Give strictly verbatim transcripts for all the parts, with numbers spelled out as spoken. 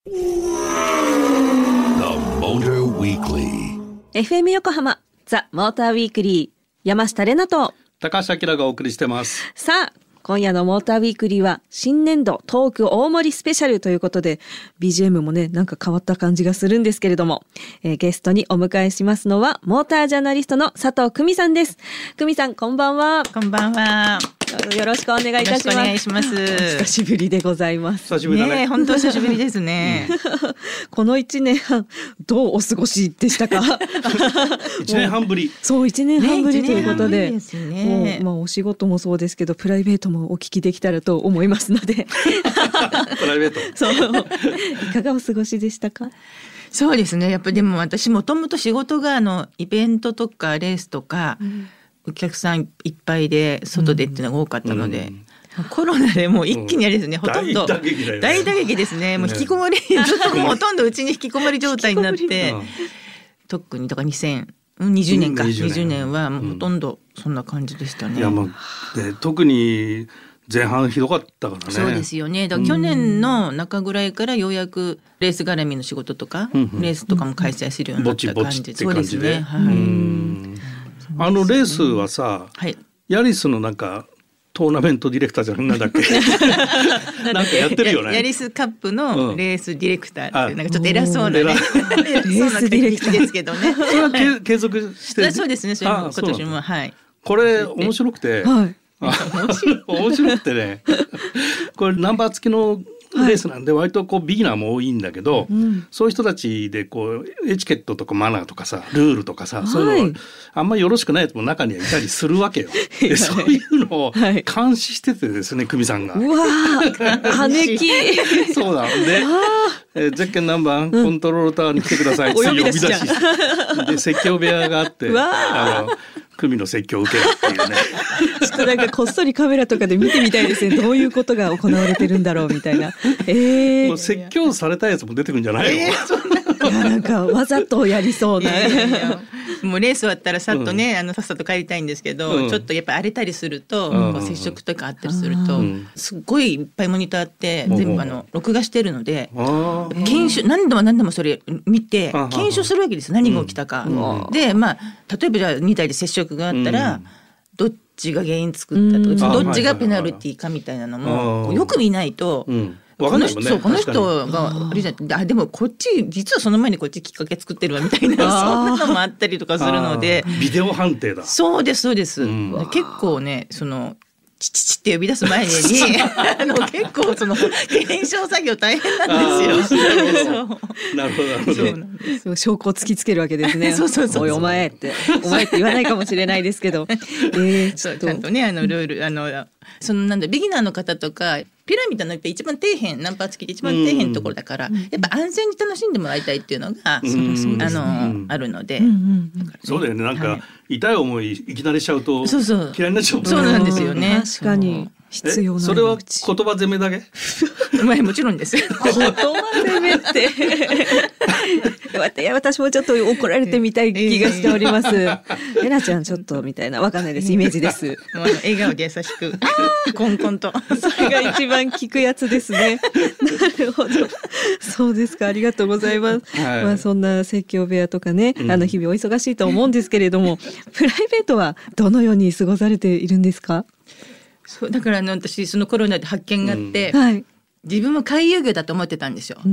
エフエム 横浜ザ・モーターウィークリー、山下れなと高橋明がお送りしてます。 さあ今夜のモーターウィークリーは新年度トーク大盛りスペシャルということで ビージーエム もねなんか変わった感じがするんですけれども、えー、ゲストにお迎えしますのはモータージャーナリストの佐藤久美さんです。久美さんこんばんは。 こんばんは。 よろしくお願いいたします。 よろしくお願いします。 久しぶりでございます。 久しぶりだね。 ね、本当久しぶりですね。 この一年半どうお過ごしでしたか？ 一年半ぶり。 そう一年半ぶりということで、 ね、ですね、 もうまあお仕事もそうですけどプライベートもお聞きできたらと思いますので。 プライベート。 そういかがお過ごしでしたか？ そうですね。やっぱりでも私もともと仕事があのイベントとかレースとか、うん、お客さんいっぱいで外でっていうのが多かったので、うん、コロナでもう一気にあれですね、うん、ほとんど大打撃だよね。 大打撃ですね。もう引きこもり、ね、ずっともうほとんどうちに引きこもり状態になって、うん、特にだからにせんにじゅうねんか、うん、にじゅうねんはもうほとんどそんな感じでしたね。 うん、いやもうで特に前半ひどかったからね。 そうですよね。だから去年の中ぐらいからようやくレース絡みの仕事とか、うんうん、レースとかも開催するようになった感じで、 ぼちぼちって感じで、 そうですね、はい、 うんあのレースはさ、はい、ヤリスのなんかトーナメントディレクターじゃなんだっけなんかやってるよね。 ヤリスカップのレースディレクターって、うん、なんかちょっと偉そうなね、偉そうなディレクターですけどね。 それはけ継続してる。 そうですね。それも今年もはい。 これ面白くて、はい、面白くてねこれナンバー付きのレースなんで割とこうビギナーも多いんだけど、はい、そういう人たちでこうエチケットとかマナーとかさルールとかさ、はい、そういうのあんまりよろしくないやつも中にはいたりするわけよ。でそういうのを監視しててですね、久美さんが。 うわー羽根きそうだで、えー、ゼッケン何番、うん、コントロールタワーに来てくださいって呼び出しで説教部屋があってあの久美の説教を受けるっていうねちょっとなんかこっそりカメラとかで見てみたいですね。どういうことが行われてるんだろうみたいな、えー、 もう説教されたやつも出てくるんじゃないの、えー、そんないやなんかわざとやりそうな。いやいやもうレース終わったらさっとね、うん、あのさっさと帰りたいんですけど、うん、ちょっとやっぱ荒れたりすると、うん、こう接触とかあったりすると、うん、すっごいいっぱいモニターって、うん、全部あの録画してるので、うん、検証何度も何度もそれ見て検証するわけです。何が起きたか、うん、でまあ例えばじゃあにだいで接触があったら、うん、どっちが原因作ったとか、うん、どっちがペナルティーかみたいなのもよく見ないと、うんこの人、ね、この人があれじゃあでもこっち実はその前にこっちきっかけ作ってるわみたいなそんなのもあったりとかするのでビデオ判定だ。 そうですそうです、うん、結構ねそのチチチって呼び出す前にあの結構その検証作業大変なんですよ。 なるほどなるほど。 そうなんです。そう証拠を突きつけるわけですね。 そうそうそう。 おいお前ってお前って言わないかもしれないですけど、えー、 そうちゃんとねあのルールあのそのなんだビギナーの方とかピラミッドのやっぱ一番底辺ナンバー付きで一番底辺のところだから、うん、やっぱ安全に楽しんでもらいたいっていうのが、うん、あの、うん、あるので、うんうんだからね、そうだよねなんか、はい、痛い思いいきなりしちゃうとそうそう嫌いになっちゃう。 そうなんですよね。 確かに必要な。 それは言葉攻めだけまあもちろんです。 言葉攻めっていや私もちょっと怒られてみたい気がしております。えなちゃんちょっとみたいなわかんないですイメージです。 もう笑顔で優しくコンコンとそれが一番効くやつですね。なるほどそうですかありがとうございます、はいまあ、そんな説教部屋とかね、うん、あの日々お忙しいと思うんですけれどもプライベートはどのように過ごされているんですか？ そうだからあの私そのコロナで発見があって、うんはい、自分も回遊魚だと思ってたんですよ、うん、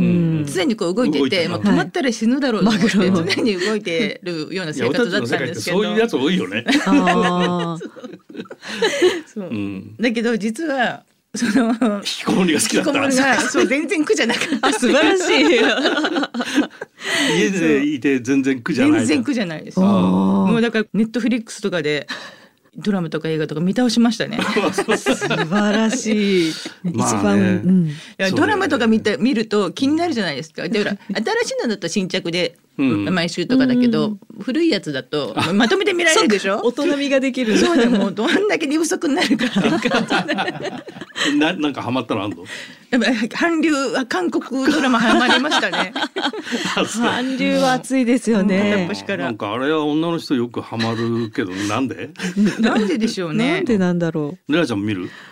常にこう動いててもう止まったら死ぬだろうと思って、はい、常に動いてるような生活だったんですけどそういうやつ多いよねあそう、うん、だけど実はその引きこもりが好きだった。 引きこもりがそう全然苦じゃなかった。 素晴らしい家でいて全然苦じゃない。 全然苦じゃないです。もうだからネットフリックスとかでドラマとか映画とか見倒しましたね。 素晴らしい。一番、ねうん、いやドラマとか見て見ると気になるじゃないですか。でほら新しいのだと新着で毎週とかだけど、うん、古いやつだとまとめて見られるでしょ。 大人見ができる。 そうでもどんだけ寝不足になるかな, なんかハマったのあんの？ やっぱ韓流は韓国ドラマハマりましたね。 韓流は熱いですよね。 なんかあれは女の人よくハマるけどなんで？ なんででしょうね。 なんでなんだろう。 レナちゃんも見る？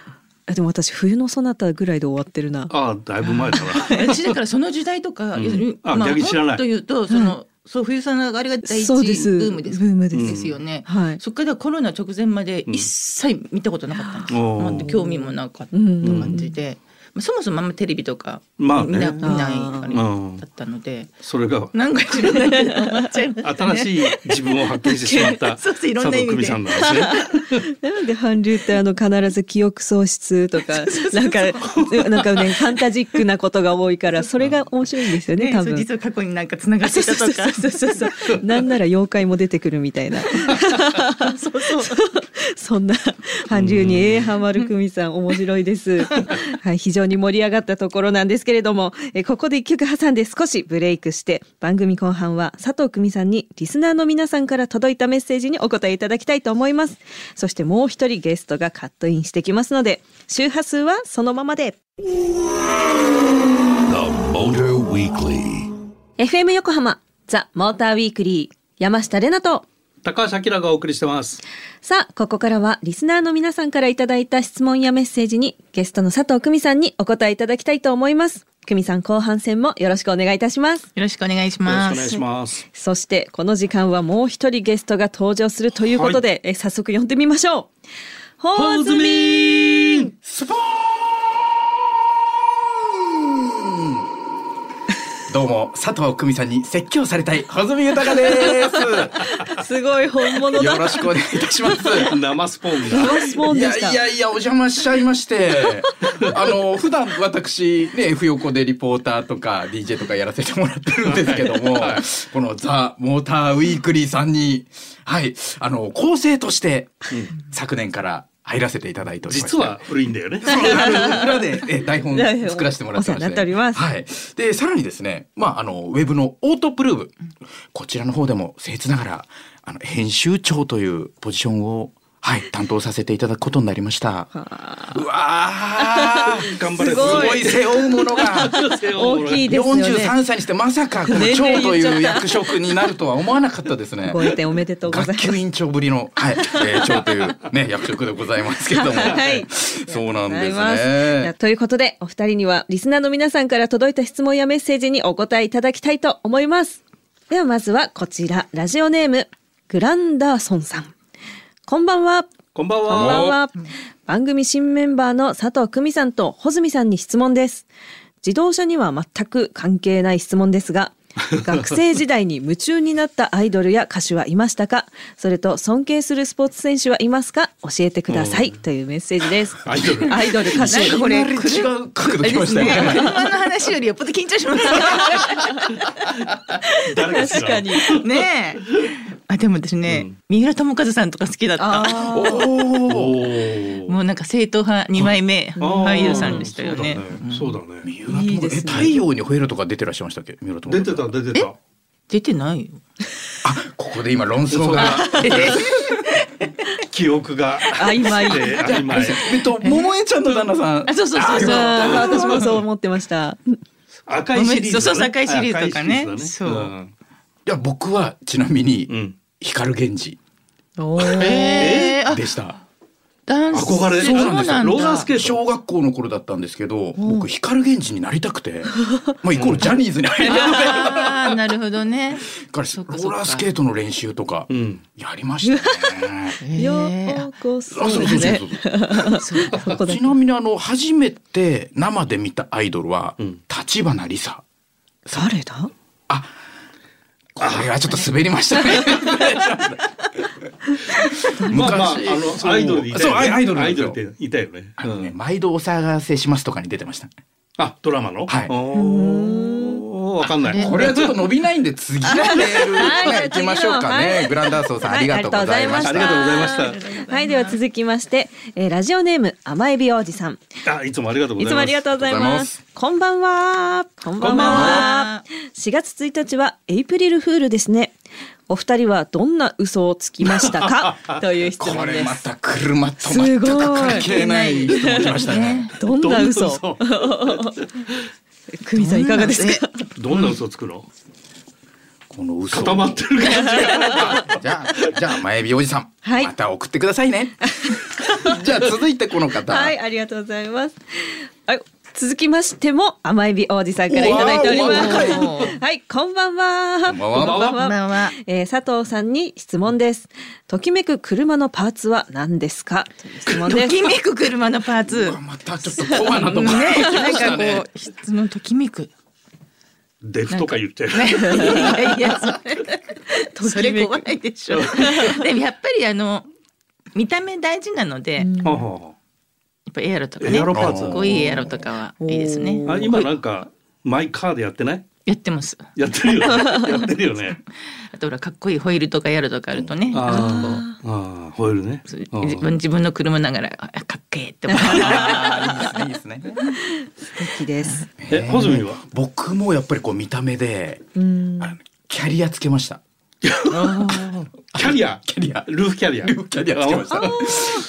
あでも私冬のソナタぐらいで終わってるな。 ああだいぶ前だな。 私だからその時代とか、うん、 あ、 まあ、 逆に知らない。 もっと言うとその、はい、そう冬ソナがあれが第一ブームです。 ブームです、 ですよね、 うん、はい、 そっからコロナ直前まで一切見たことなかったんですよ、うん、興味もなかった感じで、うん、そもそもあんまテレビとか見な、まあね、見ないあれだったので、 それがなんか知らないけど終わっちゃいましたね。 新しい自分を発見してしまったそうそう、いろんな意味で佐藤久美さんなんですね。 なんで韓流ってあの必ず記憶喪失とかなんかなんかねファンタジックなことが多いからそれが面白いんですよね、 ね、 多分。 実は過去になんかつながってたとかそうそうそうそうなんなら妖怪も出てくるみたいなそうそうそんな韓流にええハマる久美さん面白いです、はい、非常に盛り上がったところなんですけれども、えここで一曲挟んで少しブレイクして番組後半は佐藤久美さんにリスナーの皆さんから届いたメッセージにお答えいただきたいと思います。そしてもう一人ゲストがカットインしてきますので周波数はそのままで。 エフエム 横浜ザ・モーターウィークリー山下れなと高橋明がお送りしてます。 さあここからはリスナーの皆さんからいただいた質問やメッセージにゲストの佐藤久美さんにお答えいただきたいと思います。久美さん後半戦もよろしくお願いいたします。 よろしくお願いします。 よろしくお願いします。 そしてこの時間はもう一人ゲストが登場するということで、はい、え早速呼んでみましょう。 ホズミンスポーン。 どうも佐藤久美さんに説教されたい穂積豊です。すごい本物だ。 よろしくお願いいたします。 生スポーンだ。 生スポーンでした。 いやいやいやお邪魔しちゃいまして、あの普段私ね F 横でリポーターとか ディージェー とかやらせてもらってるんですけども、はい、このザ・モーターウィークリーさんにはいあの構成として、うん、昨年から入らせていただいておりました。 実は古いんだよね。 そう裏でえ台本作らせてもらってまして、ね、お世話になっております。はい。でさらにですね、まああのウェブのオートプルーブ、こちらの方でも僭越ながらあの編集長というポジションをはい担当させていただくことになりました。うわー頑張れ。すごい背負うものが大きいですよね。 よんじゅうさんさいにしてまさかこの長という役職になるとは思わなかったですね。 ご栄転おめでとうございます。 学級委員長ぶりの、はいえー、長というね役職でございますけども、はい、そうなんですね。 ということでお二人にはリスナーの皆さんから届いた質問やメッセージにお答えいただきたいと思います。ではまずはこちらラジオネームグランダーソンさん。こんばんは。 こんばんは。 こんばんは。番組新メンバーの佐藤久美さんと穂積さんに質問です。自動車には全く関係ない質問ですが、学生時代に夢中になったアイドルや歌手はいましたか？それと尊敬するスポーツ選手はいますか？教えてくださいというメッセージです。 アイドル、 アイドル歌手。 なんかこれ違う角度きましたね。 車の話よりよっぽど緊張します。 誰確かにねえ。あでもですね、うん、三浦友和さんとか好きだった。おもうなんか正統派にまいめ俳優さんでしたよね。 そうだね。 三浦友和、え太陽に吠えるとか出てらっしゃいましたっけ？三浦友和出てた出てた。 出てないよ。 あここで今論争が記憶が曖昧。 曖昧。えっと桃江ちゃんの旦那さん。 あそうそうそうそう。私もそう思ってました。 赤いシリーズ、ね。 そうそう赤いシリーズとかね。そう。 いや僕はちなみに、うん光源氏えー、 でした。 憧れ。 そうなんですよ。 ローラースケート小学校の頃だったんですけど、僕光源氏になりたくて、まあイコールジャニーズに入りたくて。 ああなるほどね。 からローラースケートの練習とかやりましたね。 ようこそ。 あそうそうそうそう。ちなみにあの初めて生で見たアイドルは立花梨沙。 誰だ？ あ。これはちょっと滑りましたね。 まあまああのアイドルいたよね。 アイドルアイドルっていたよね。 あのね毎度お騒がせしますとかに出てました。 あドラマの？ はい。 おわかんない。 これはちょっと伸びないんで次のメール行きましょうかね。グランダーソーさんありがとうございました。 ありがとうございました。 はいでは続きまして、えー、ラジオネーム甘エビ王子さん。 あいつもありがとうございます。 いつもありがとうございます。こんばんは。こんばんは。しがつついたちはエイプリルフールですね。お二人はどんな嘘をつきましたかという質問です。 これまた車と全く関係ない質問しましたね。 どんな嘘？久美さんいかがですか？ どんな嘘をつくの？ この嘘固まってる感じがじゃあじゃあ前エビおじさん、 はい、 また送ってくださいねじゃあ続いてこの方、 はい、ありがとうございます。はい、続きましても甘エビ王子さんからいただいております。はい、こんばんは。 こんばんは。 こんばんは。 えー、佐藤さんに質問です。ときめく車のパーツは何ですか？質問です。 ときめく車のパーツ。 またちょっとコアなところね。 なんかこう質問ときめく。 デフとか言ってる。 ね、いやいやそれ、それ怖いでしょ。でもやっぱりあの見た目大事なので。うんやっぱエアロとかね、エアロパーツ、かっこいいエアロとかはいいですね。 あ、今なんかマイカーでやってない？ やってます。 やってるよね。やってるよね。 あとほらかっこいいホイールとかエアロとかあるとね。 ああ、ホイールね。 自分自分の車ながらかっけーって思う。いいですね。 素敵です。 え、ホズミは？ 僕もやっぱりこう見た目で、あのキャリアつけました。 キャリア、 キャリア、 ルーフキャリア、 ルーフキャリアつけました。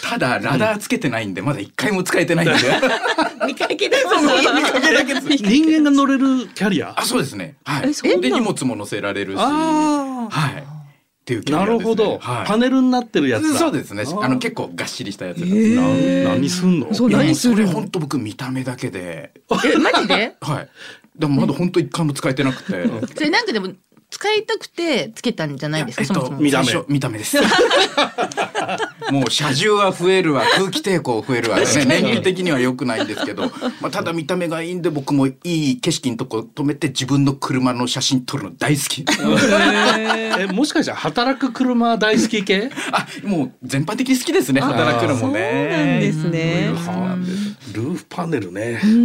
ただラダーつけてないんでまだ一回も使えてないんで。 見かけだぞ。 人間が乗れるキャリア。 あ、そうですね。はい。で荷物も乗せられるし、はい。っていうキャリアですね。 なるほど。パネルになってるやつだ。 そうですね。あの結構がっしりしたやつだ。 何すんの？ そう何する？ それ本当僕見た目だけで。 え、マジで？ はい。でもまだ本当一回も使えてなくて。 それなんかでも。使いたくてつけたんじゃないですか。 えっと、 そもそも見た目見た目です。もう車重は増えるわ、空気抵抗増えるわ、ね、燃費的には良くないんですけど、まあ、ただ見た目がいいんで僕もいい景色のとこ止めて自分の車の写真撮るの大好き。 え、もしかしたら働く車大好き系？ あ、もう全般的に好きですね。働くのもね。 そうなんですね。 ルーフパネルね。 うん。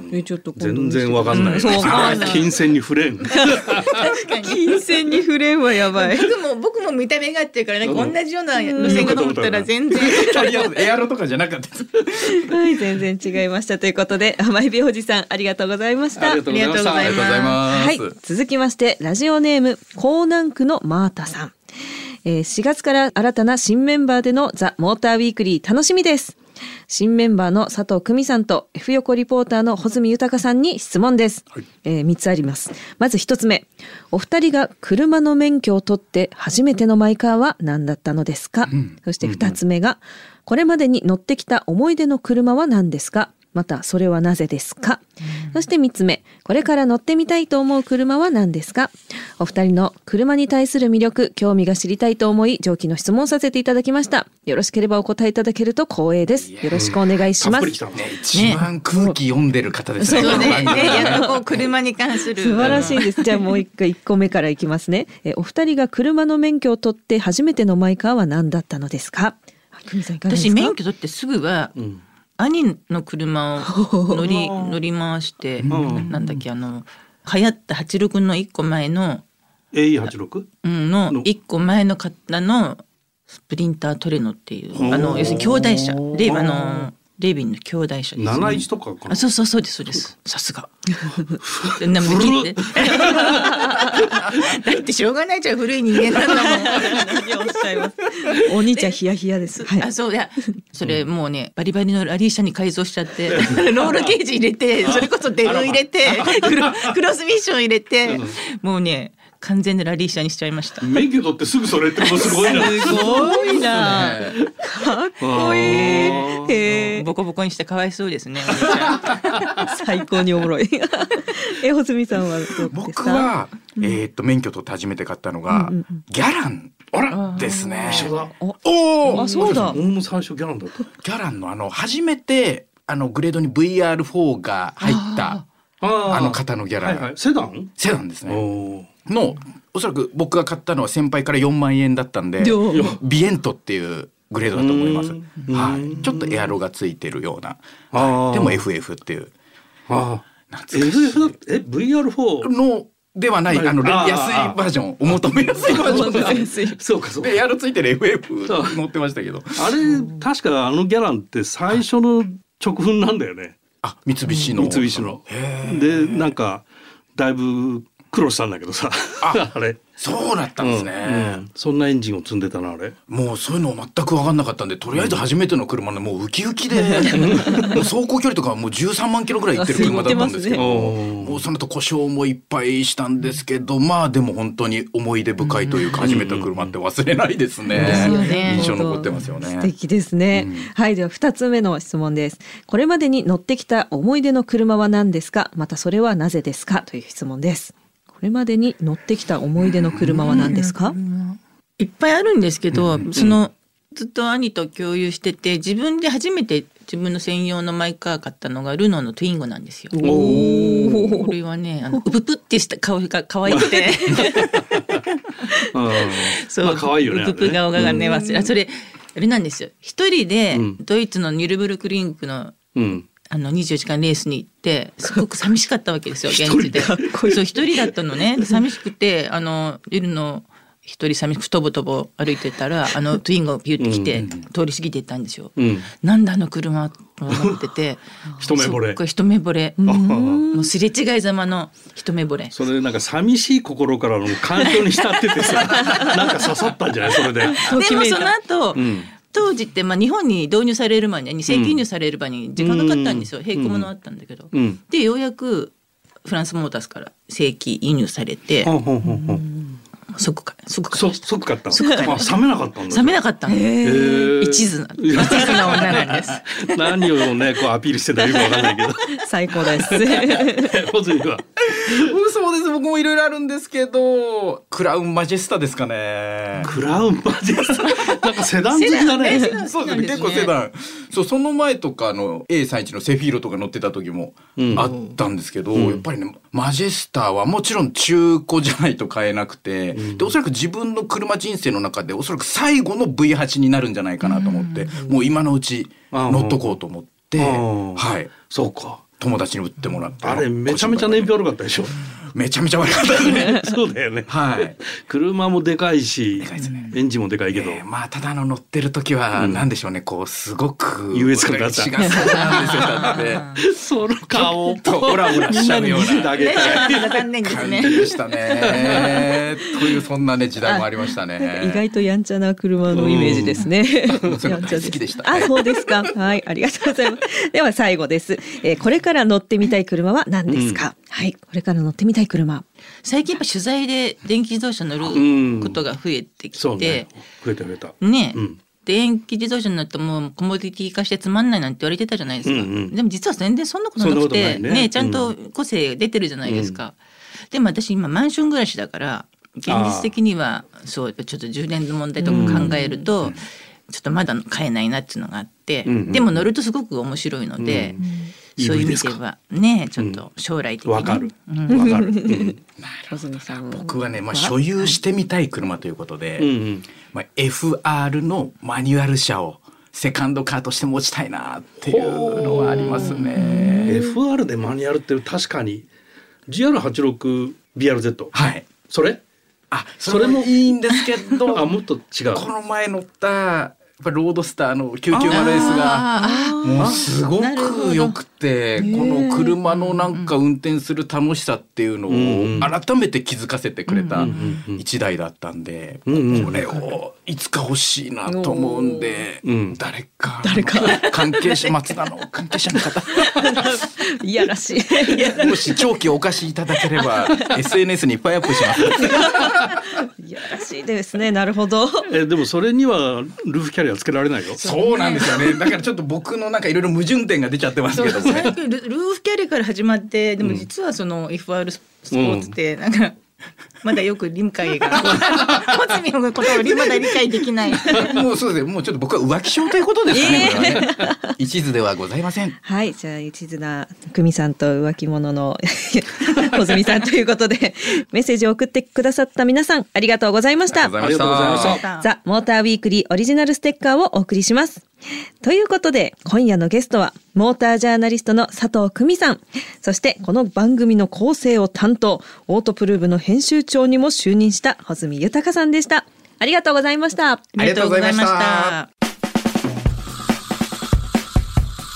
え、ちょっと全然わかんない。金線に触れん。 確かに。 金線に触れんはやばい。 僕も僕も見た目があってるからなんか同じような路線が通ったら全然キャリアエアロとかじゃなかったです。 はい、全然違いましたということで甘エビおじさんありがとうございました。 ありがとうございました。 ありがとうございます。 はい、続きましてラジオネーム江南区のマータさん、えー、しがつから新たな新メンバーでのザ・モーターウィークリー楽しみです。新メンバーの佐藤久美さんと F 横リポーターの穂積豊さんに質問です、はい。えー、みっつあります。まずひとつめ、お二人が車の免許を取って初めてのマイカーは何だったのですか、うん、そしてふたつめが、うんうん、これまでに乗ってきた思い出の車は何ですか、またそれはなぜですか、うん、そしてみっつめ、これから乗ってみたいと思う車は何ですか。お二人の車に対する魅力、興味が知りたいと思い上記の質問させていただきました。よろしければお答えいただけると光栄です。よろしくお願いします。 ね、一番空気読んでる方ですね。 そうね、ね、やっとこう車に関する素晴らしいです。じゃあもう一回いっこめからいきますね。えお二人が車の免許を取って初めてのマイカーは何だったのですか。久美さんいかがですか。 私免許取ってすぐは、うん、兄の車を乗り乗り回して、うん、なんだっけあの流行ったはちじゅうろくのいっこまえのエーイーはちじゅうろくのいっこまえの方のスプリンタートレノっていうあの要するに兄弟車レイあのレイビンの兄弟車ですね。 ななじゅういちとかかな。 あ、そうそうそうですそうです。さすが。なもでだってしょうがないじゃん古い人間なんだもん。 何をおっしゃいます。お兄ちゃんヒヤヒヤです。 はい、あ、そういやそれもうねバリバリのラリー車に改造しちゃってロールケージ入れてそれこそデル入れてクロ、クロスミッション入れてもうね完全にラリー車にしちゃいました。 免許取ってすぐそれってもすごいな。 すごいな。かっこいい。 へボコボコにしてかわいそうですね。 最高におもろい。え、穂積さんはどうですか。 僕は、えー、っと免許取って初めて買ったのが、うんうん、ギャランあらですね。 一緒だ。 おお、あ、そうだ。 俺も最初ギャランだった。 ギャランのあの初めてあのグレードに ブイアールフォー が入ったあ, あの方のギャラン、 はいはい、セダンセダンですね。のおそらく僕が買ったのは先輩からよんまんえんだったんでビエントっていうグレードだと思います。はい、ちょっとエアロがついてるような、はい、でも エフエフ っていう。 ああ、エフエフ だえ ブイアールフォーのではない、あの安いバージョン、お求めやすいバージョンです。 そうかそうか。 でエアロついてる エフエフ 乗ってましたけど、 あれ確かあのギャランって最初の直粉なんだよね。 あ、三菱の三菱のでなんかだいぶ苦労したんだけどさあ, あれそうだったんですね、うんうん、 そんなエンジンを積んでたなあれ。 もうそういうの全く分かんなかったんで、とりあえず初めての車でもうウキウキでもう走行距離とかもうじゅうさんまんキロぐらい行ってる車だったんですけど、ね、もうその後故障もいっぱいしたんですけど、まあでも本当に思い出深いというか、初めての車って忘れないですね、うんうん、印象残ってますよね。 素敵ですね、うん、はい。ではふたつめの質問です。これまでに乗ってきた思い出の車は何ですか、またそれはなぜですかという質問です。これまでに乗ってきた思い出の車は何ですか？ いっぱいあるんですけど、うん、そのずっと兄と共有してて、自分で初めて自分の専用のマイカー買ったのがルノーのトゥインゴなんですよ。おこれはね、あのウププってした顔が可愛くてそう、まあ、可愛いよね。 ウププ顔がね、忘れ、それあれなんですよ。一人でドイツのニュルブルクリンクの、うんあのにじゅうよじかんレースに行ってすごく寂しかったわけですよ現地で。そう一人だったのね。寂しくてあのビルの一人寂しくとぼとぼ歩いてたらあのトゥインゴがピュッて来て、うん、通り過ぎていったんですよ、うん、なんだあの車と思ってて一目惚れ一目惚れもうすれ違いざまの一目惚れ。 それなんか寂しい心からの感情に浸っててさなんか刺さったんじゃないそれで。でもその後、うん当時って、まあ、日本に導入される前に正規輸入される場に時間かかったんですよ、うん、並行ものあったんだけど、うん、でようやくフランスモータースから正規輸入されて、うん、即か即か即買ったの。冷めなかったんだ。 冷めなかったの。一途な一途な女なんです。 何をねこうアピールしてたらよくわかんないけど最高ですホズミはそうです。僕もいろいろあるんですけど、クラウンマジェスタですかね。 クラウンマジェスタなんかセダン好きだね。 そうですね、結構セダン。そうその前とかの エーさんじゅういち のセフィーロとか乗ってた時もあったんですけど、うん、やっぱりねマジェスタはもちろん中古じゃないと買えなくて、うん、でおそらく自分の車人生の中でおそらく最後の ブイはち になるんじゃないかなと思って、うん、もう今のうち乗っとこうと思って、はい、 そうか。 友達に売ってもらって。 あれめちゃめちゃ燃費悪かったでしょ。 めちゃめちゃ悪かったですねそうだよね、はい、車もでかいしでかいですね、エンジンもでかいけど、えー、 まあただの乗ってる時はなんでしょうね、うん、こうすごく優越感があった。 そうなんですよその顔とオラオラしちゃうような残念ですね感じでしたねというそんなね時代もありましたね。 意外とやんちゃな車のイメージですね。 やんちゃ好きでした。 あ、そうですか。はい、ありがとうございます。では最後です、えー、これから乗ってみたい車は何ですか？うん、はい、これから乗ってみたい車。 最近やっぱ取材で電気自動車乗ることが増えてきて、 そうね、増えた増えたね、うん、電気自動車になってもうコモディティ化してつまんないなんて言われてたじゃないですか、うんうん、でも実は全然そんなことなくてね、ねちゃんと個性出てるじゃないですか、うん、でも私今マンション暮らしだから現実的にはそうちょっと充電の問題とか考えると、うん、ちょっとまだ買えないなっていうのがあって、うんうん、でも乗るとすごく面白いので、うんそういう意味ではねちょっと将来的に、 うん、分かる分かる、うん、 僕はね、まあ、所有してみたい車ということで、うんうんまあ、エフアール のマニュアル車をセカンドカーとして持ちたいなっていうのはありますね。 エフアール でマニュアルって確かに ジーアールはちじゅうろくビーアールゼット、 はい、 それあそれもいいんですけどあもっと違う。 この前乗ったやっぱロードスターのきゅうきゅうまるエスがもうすごく良くて、この車のなんか運転する楽しさっていうのを改めて気づかせてくれた一台だったんで、これをいつか欲しいなと思うんで、誰か関係者松田の関係者の方いやらしいもし長期お貸しいただければエスエヌエス にいっぱいアップしますいやらしいですね。なるほど。 えでもそれにはルーフキャリアつけられないよ。 そうなんですよね。だからちょっと僕のなんかいろいろ矛盾点が出ちゃってますけどもね。 ルーフキャリアから始まってでも実はその エフアール スポーツってなんか、うんまだよく理解がコツミのことをまだ理解できないもうそうですね。もうちょっと僕は浮気症ということですかね、えー、これはね一途ではございません。 はい、じゃあ一途な久美さんと浮気者の小住さんということでメッセージを送ってくださった皆さんありがとうございました。 ありがとうございました。 ザ・モーターウィークリーオリジナルステッカーをお送りします。ということで今夜のゲストはモータージャーナリストの佐藤久美さん、そしてこの番組の構成を担当オートプルーブの編集長にも就任した穂積豊さんでした。ありがとうございました。 ありがとうございました。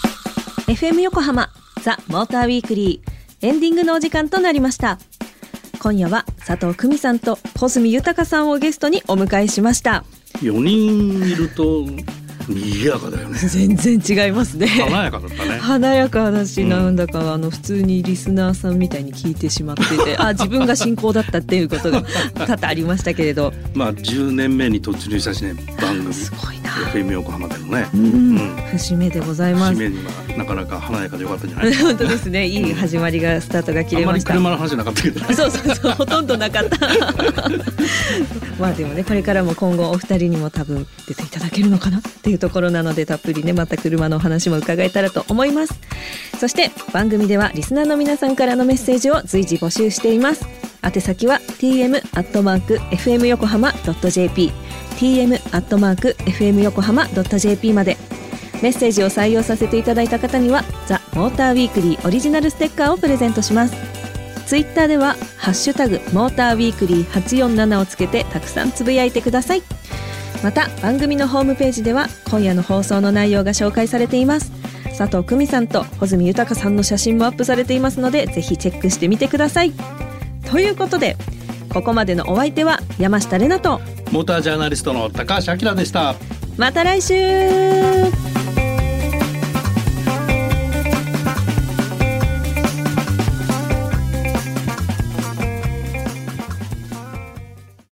エフエム 横浜ザ・モーターウィークリーエンディングのお時間となりました。 今夜は佐藤久美さんと穂積豊さんをゲストにお迎えしました。 よにんいると賑やかだよね。 全然違いますね。 華やかだったね。 華やかだし、なんだかあの普通にリスナーさんみたいに聞いてしまってて、あ、自分が進行だったっていうことが多々ありましたけれど、 まあじゅうねんめに突入したしね、番組すごいな。 エフエム 横浜でのね、 うんうん、節目でございます。 節目にはなかなか華やかでよかったんじゃない本当ですね。いい始まりが、スタートが切れました。 あんまり車の話なかったけど、ね、 そうそうそう、ほとんどなかったまあでもね、これからも今後お二人にも多分出ていただけるのかなっていうところなので、たっぷりね、また車のお話も伺えたらと思います。そして番組ではリスナーの皆さんからのメッセージを随時募集しています。宛先は ティーエム アットマーク エフエム 横浜 ドット ジェーピー ティーエム アットマーク エフエム 横浜 ドット ジェーピー まで。メッセージを採用させていただいた方にはザ・モーターウィークリーオリジナルステッカーをプレゼントします。ツイッターではハッシュタグモーターウィークリーはちよんななをつけてたくさんつぶやいてください。また番組のホームページでは今夜の放送の内容が紹介されています。佐藤久美さんと穂積豊さんの写真もアップされていますので、ぜひチェックしてみてください。ということで、ここまでのお相手は山下玲奈とモータージャーナリストの高橋明でした。 また来週。